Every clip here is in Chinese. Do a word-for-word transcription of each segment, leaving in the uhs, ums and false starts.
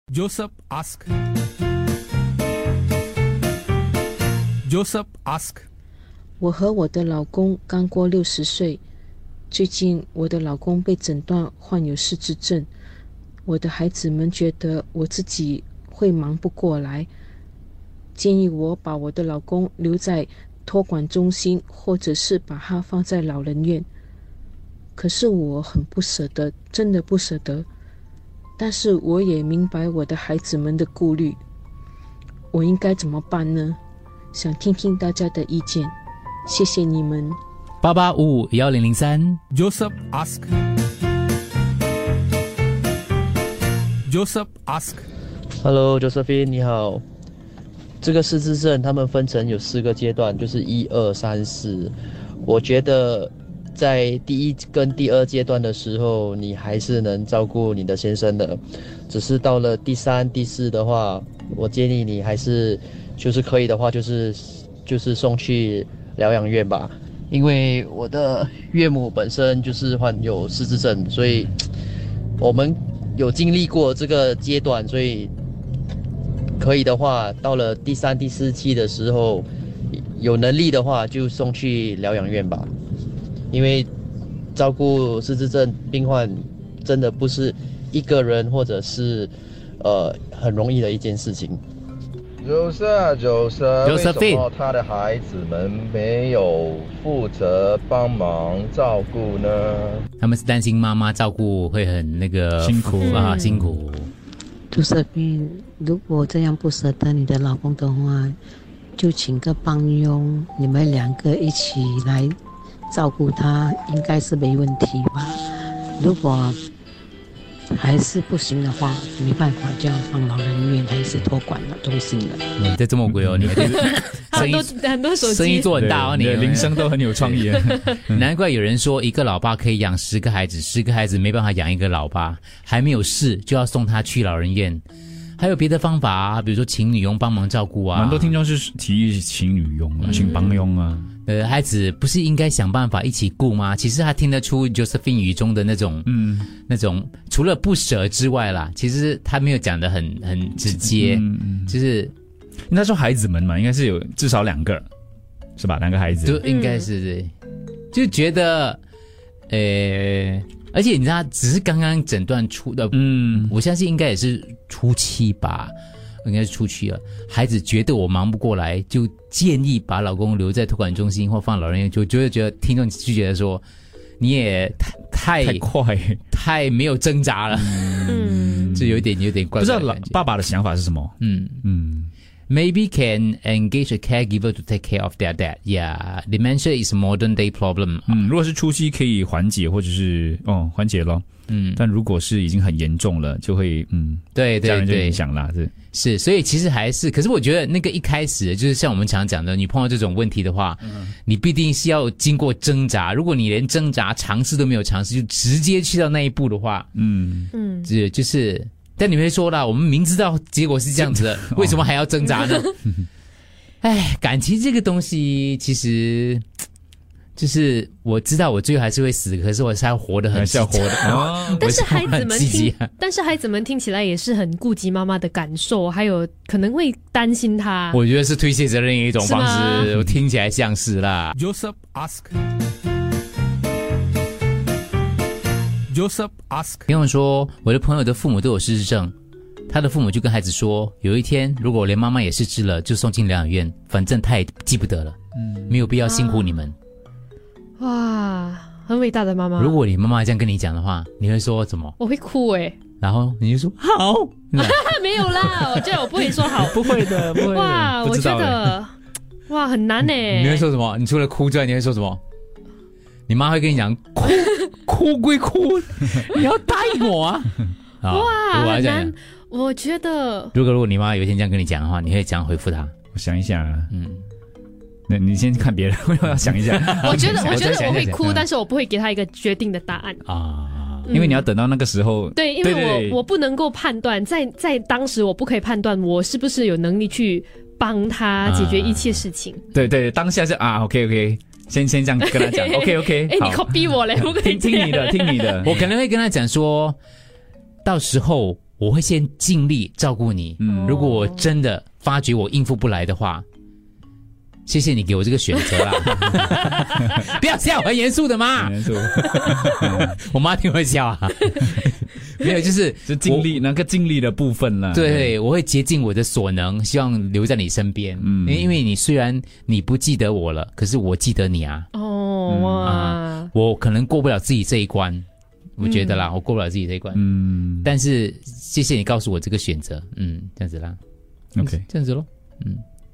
Joseph ask Joseph ask 我和我的老公刚过六十岁，最近我的老公被诊断患有失智症，我的孩子们觉得我自己会忙不过来，建议我把我的老公留在托管中心，或者是把他放在老人院。可是我很不舍得，真的不舍得，但是我也明白我的孩子们的顾虑，我应该怎么办呢？想听听大家的意见，谢谢你们。 八八五五幺零零三 Joseph ask Joseph ask Hello Josephine 你好，这个失智症他们分成有四个阶段，就是一二三四。我觉得在第一跟第二阶段的时候，你还是能照顾你的先生的，只是到了第三、第四的话，我建议你还是就是可以的话，就是就是送去疗养院吧。因为我的岳母本身就是患有失智症，所以我们有经历过这个阶段，所以可以的话，到了第三、第四期的时候，有能力的话就送去疗养院吧。因为照顾失智症病患真的不是一个人或者是呃很容易的一件事情。 就是啊，就是为什么他的孩子们没有负责帮忙照顾呢？ 他们是担心妈妈照顾会很那个辛苦啊，辛苦。 就是如果这样不舍得你的老公的话，就请个帮佣，你们两个一起来照顾他，应该是没问题吧。如果还是不行的话，没办法就要放老人院还是托管了中心了。 你这这么贵哦，你生意很多手机生意做很大哦，你的铃声都很有创意。 难怪有人说一个老爸可以养十个孩子，十个孩子没办法养一个老爸，还没有事就要送他去老人院。还有别的方法啊，比如说请女佣帮忙照顾啊。 蛮多听众是提议请女佣啊，请帮佣啊。 呃，孩子不是应该想办法一起顾吗？其实他听得出 Josephine 语中的那种，嗯，那种除了不舍之外啦，其实他没有讲得很很直接，嗯嗯，就是那时候孩子们嘛，应该是有至少两个，是吧？两个孩子， 就应该是对，就觉得，呃。而且你知道，只是刚刚诊断出的，嗯，我相信应该也是初期吧，应该是初期了。孩子觉得我忙不过来，就建议把老公留在托管中心或放老人院，就就会觉得听众就觉得说，你也太太快， 太没有挣扎了，嗯，就有一点有点怪怪的感觉。 不知道爸爸的想法是什么？嗯嗯。Maybe can engage a caregiver to take care of their dad. Yeah, dementia is a modern day problem. 嗯，如果是初期可以缓解或者是哦缓解咯。嗯，但如果是已经很严重了，就会嗯， 对对对， 家人就影响啦，是是，所以其实还是，可是我觉得那个一开始就是像我们常讲的，你碰到这种问题的话，嗯，你必定是要经过挣扎。如果你连挣扎尝试都没有尝试，就直接去到那一步的话，嗯嗯，就就是。但你会说啦，我们明知道结果是这样子的，为什么还要挣扎呢？哎，感情这个东西，其实就是我知道我最后还是会死，可是我是要活得很是要活的。 哦，但是孩子们听，但是孩子们听起来也是很顾及妈妈的感受，还有可能会担心她。 我觉得是推卸责任一种方式，我听起来像是啦。 Joseph ask。Joseph ask， 朋友说，我的朋友的父母都有失智症，他的父母就跟孩子说，有一天如果连妈妈也失智了，就送进疗养院，反正他也记不得了，嗯，没有必要辛苦你们。 哇，很伟大的妈妈。 如果你妈妈这样跟你讲的话，你会说什么？ 我会哭诶、欸。 然后你就说好， 没有啦，我觉得我不会说好， 不会的，不会的。 哇，我觉得哇很难诶、欸。 你会说什么？你除了哭之外，你会说什么？你妈会跟你讲，哭哭归哭，你要答应我啊！ 哇，很难。我觉得， 如果如果你妈有一天这样跟你讲的话，你会怎样回复她？ 我想一下，嗯，那你先看别人，我要想一下。 我觉得，我觉得我会哭，但是我不会给她一个决定的答案啊， 因为你要等到那个时候。 对，因为我我不能够判断，在在当时我不可以判断我是不是有能力去帮她解决一切事情。 对对，当下是啊 ，OK OK。先先这样跟他讲 ，OK OK， 哎、欸，你 copy 我嘞，不可以听听你的，听你的。 我可能会跟他讲说，到时候我会先尽力照顾你。嗯，如果我真的发觉我应付不来的话，谢谢你给我这个选择啦。不要笑，很严肃的嘛。 很严肃。 我妈听会笑啊。没有，就是就尽力那个尽力的部分啦。 对，我会竭尽我的所能，希望留在你身边。嗯，因为你虽然你不记得我了，可是我记得你啊。 哦哇、嗯啊，我可能过不了自己这一关，我觉得啦，嗯、我过不了自己这一关。嗯，但是谢谢你告诉我这个选择。嗯，这样子啦。 OK， 这样子咯。嗯。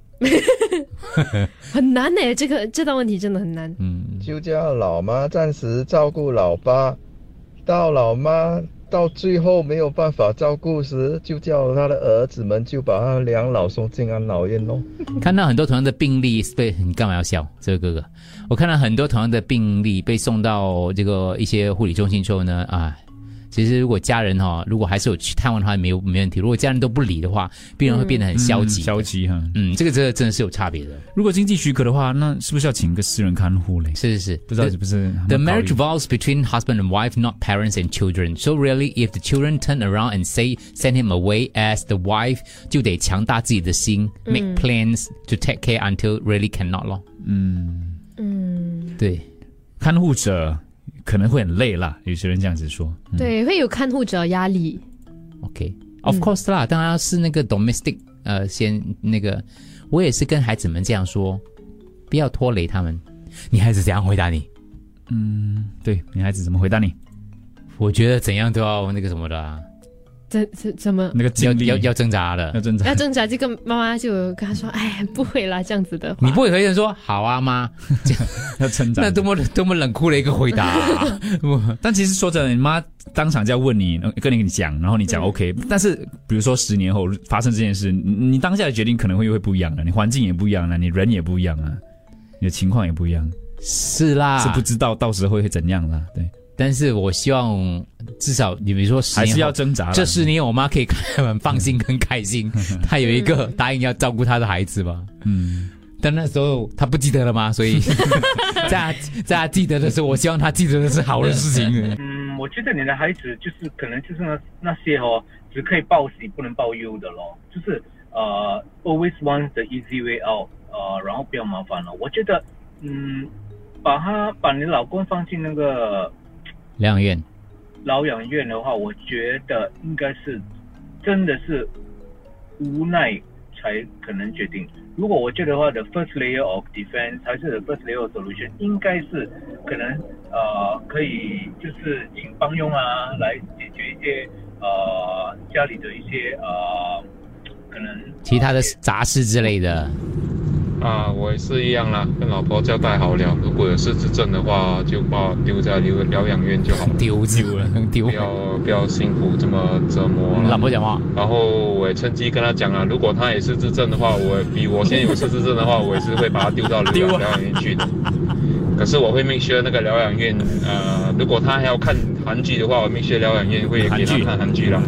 很难耶，这个这道问题真的很难。 嗯，就叫老妈暂时照顾老爸，到老妈到最后没有办法照顾时，就叫他的儿子们就把他两老送进安老院咯。 看到很多同样的病例被，你干嘛要笑？这个哥哥，我看到很多同样的病例被送到这个一些护理中心之后呢，啊。其实如果家人哈、哦，如果还是有去探望的话，没有没问题。如果家人都不理的话，病人会变得很消极， 嗯、消极哈。 嗯，这个这个真的是有差别的。 如果经济许可的话，那是不是要请个私人看护嘞？ 是是是， 不知道是不是 The marriage vows between husband and wife, not parents and children. So really, if the children turn around and say send him away, as the wife 就得强大自己的心、嗯、，make plans to take care until really cannot 咯。嗯嗯，对， 看护者。可能会很累啦，有些人这样子说。 嗯、对，会有看护者压力。 OK，of、okay. course 啦，当然要是那个 domestic， 呃，先那个，我也是跟孩子们这样说，不要拖累他们。你孩子怎样回答你？ 嗯，对，你孩子怎么回答你？ 我觉得怎样都要那个什么的、啊。 怎怎怎么那个要要要挣扎的， 要挣扎， 要挣扎。这个妈妈就跟他说：“哎，不会啦，这样子的话。” 你不会回答说：“好啊，妈。”这样要挣扎， 那多么多么冷酷的一个回答、啊。 但其实说真的，你妈当场就要问你，跟你讲，然后你讲 OK、嗯。但是比如说十年后发生这件事，你当下的决定可能会会不一样的，你环境也不一样了，你人也不一样啊，你的情况也不一样。 是啦， 是不知道到时候会怎样啦，对。 但是我希望至少你比如说十年还是要挣扎。 这十年我妈可以很放心跟开心，她有一个答应要照顾她的孩子吧。嗯，但那时候她不记得了吗？所以在在她记得的时候，我希望她记得的是好的事情。 嗯，我觉得你的孩子就是可能就是那那些哦，只可以报喜不能报忧的咯，就是呃 always want the easy way out， 呃，然后不要麻烦了。我觉得嗯，把他把你老公放进那个。 疗养院， 疗养院的话，我觉得应该是真的是无奈才可能决定。如果我觉得的话 ，the first layer of defense 还是 the first layer of solution， 应该是可能呃可以就是请帮佣啊来解决一些呃家里的一些呃可能其他的杂事之类的。 啊，我也是一样啦，跟老婆交代好了，如果有失智症的话，就把我丢在疗疗养院就好了。 丢丢了，丢！ 不要不要辛苦这么折磨。 老婆讲话， 然后我也趁机跟他讲啊，如果他也失智症的话，我比我现在有失智症的话，我也是会把他丢到疗养疗养院去的。可是我会 make sure 那个疗养院，呃，如果他还要看韩剧的话，我 make sure 疗养院会给他看韩剧啦。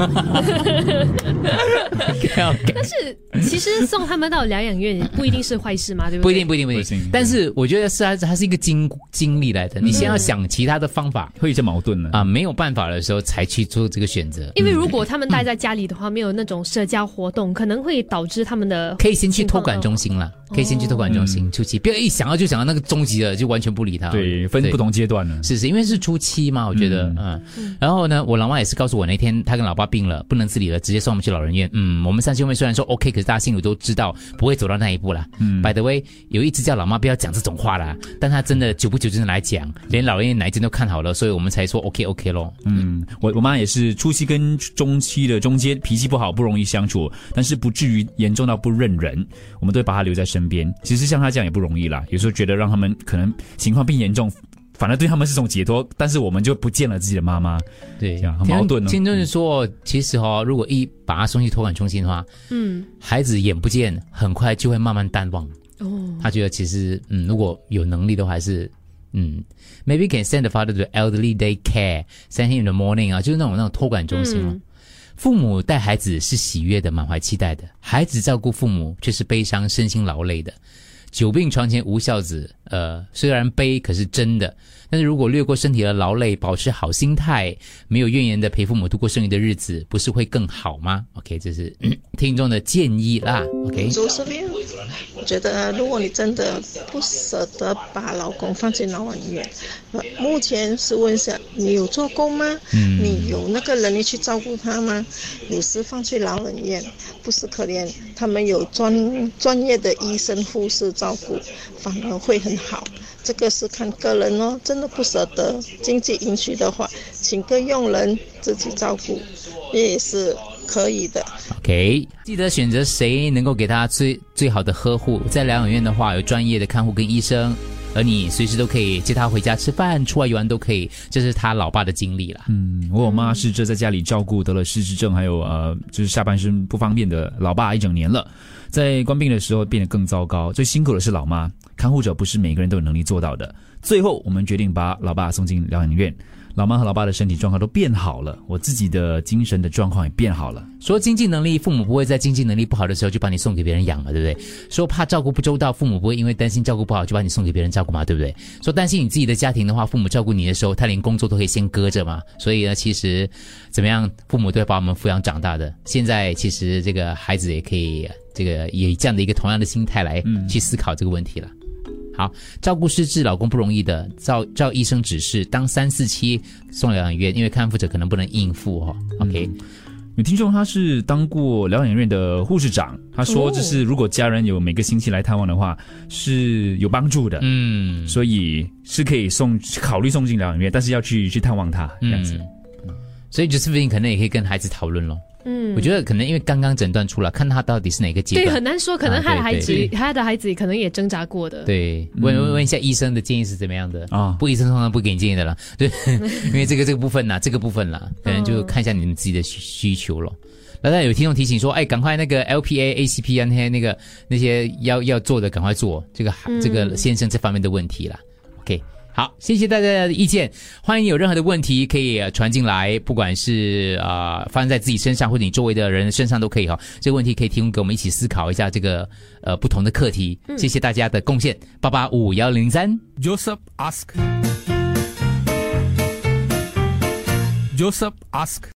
但是其实送他们到疗养院不一定是坏事嘛，对不对？ 不一定，不一定，不一定。但是我觉得是它，它是一个经经历来的。你先要想其他的方法， 会有些矛盾呢啊，没有办法的时候才去做这个选择。 因为如果他们待在家里的话，没有那种社交活动，可能会导致他们的可以先去托管中心啦，可以先去托管中心初期，不要一想到就想到那个终极的，就完全不理他。 对，分不同阶段呢。 是是，因为是初期嘛，我觉得嗯。嗯然后呢，我老妈也是告诉我那天她跟老爸病了，不能自理了，直接送我们去老人院。嗯，我们三兄妹虽然说 OK， 可是大家心里都知道不会走到那一步啦。嗯 ，By the way， 有一直叫老妈不要讲这种话啦，但她真的久不久真的来讲，连老人院哪一间都看好了，所以我们才说 OK OK 咯。 嗯，我我妈也是初期跟中期的中间脾气不好，不容易相处，但是不至于严重到不认人，我们都会把她留在身边。其实像她这样也不容易啦，有时候觉得让他们可能情况变严重。反而对他们是种解脱，但是我们就不见了自己的妈妈， 对， 这样很矛盾哦。 听众说，其实哦，如果一把他送去托管中心的话，嗯，孩子眼不见，很快就会慢慢淡忘。哦，他觉得其实，嗯，如果有能力的话，还是，嗯 ，maybe can send the father to elderly day care, send him in the morning 啊，就是那种那种托管中心哦。嗯、父母带孩子是喜悦的，满怀期待的；孩子照顾父母却是悲伤、身心劳累的。久病床前无孝子， 呃，虽然悲，可是真的。但是如果略过身体的劳累，保持好心态，没有怨言的陪父母度过剩余的日子，不是会更好吗 ？OK， 这是、嗯、听众的建议啦。OK， 周这边，我觉得如果你真的不舍得把老公放进老人院，目前是问一下，你有做工吗？嗯，你有那个能力去照顾他吗？有时放去老人院，不是可怜，他们有专专业的医生、护士照顾，反而会很好。这个是看个人哦，真的不舍得，经济允许的话，请个佣人自己照顾，也是可以的。 OK， 记得选择谁能够给他最最好的呵护。在疗养院的话，有专业的看护跟医生，而你随时都可以接他回家吃饭、出外游玩都可以。这是他老爸的经历啦。 嗯，我有妈是这在家里照顾得了失智症，还有呃，就是下半身不方便的老爸一整年了。在关病的时候变得更糟糕，最辛苦的是老妈，看护者不是每个人都有能力做到的。最后我们决定把老爸送进疗养院，老妈和老爸的身体状况都变好了，我自己的精神的状况也变好了。 说经济能力，父母不会在经济能力不好的时候就把你送给别人养嘛，对不对？说怕照顾不周到，父母不会因为担心照顾不好就把你送给别人照顾嘛，对不对？说担心你自己的家庭的话，父母照顾你的时候，他连工作都可以先搁着嘛。所以呢，其实怎么样，父母都会把我们抚养长大的。现在其实这个孩子也可以这个以这样的一个同样的心态来去思考这个问题了。好，照顾失智老公不容易的，照照医生指示，当三四期送疗养院，因为看护者可能不能应付哦。OK，、嗯、 有听众他是当过疗养院的护士长，他说这是如果家人有每个星期来探望的话是有帮助的，嗯，所以是可以送考虑送进疗养院，但是要去去探望他这样子。 嗯、所以 Josephine 可能也可以跟孩子讨论咯。嗯，我觉得可能因为刚刚诊断出来，看他到底是哪个阶段， 对，很难说，可能他的孩子， 啊、对对他的孩子可能也挣扎过的。 对，问问问一下医生的建议是怎么样的啊？不，医生通常不给你建议的啦，对，因为这个这个部分啦，这个部分啦，可能就看一下你们自己的需需求咯。那那有听众提醒说，哎，赶快那个 L P A、A C P 啊，那些那个那些要要做的，赶快做这个、嗯、这个先生这方面的问题啦。OK。好，谢谢大家的意见，欢迎有任何的问题可以传进来，不管是啊、呃、发生在自己身上或者你周围的人身上都可以哈。这个问题可以提供给我们一起思考一下这个呃不同的课题。嗯、谢谢大家的贡献，八八五幺零三。 Joseph ask. Joseph ask.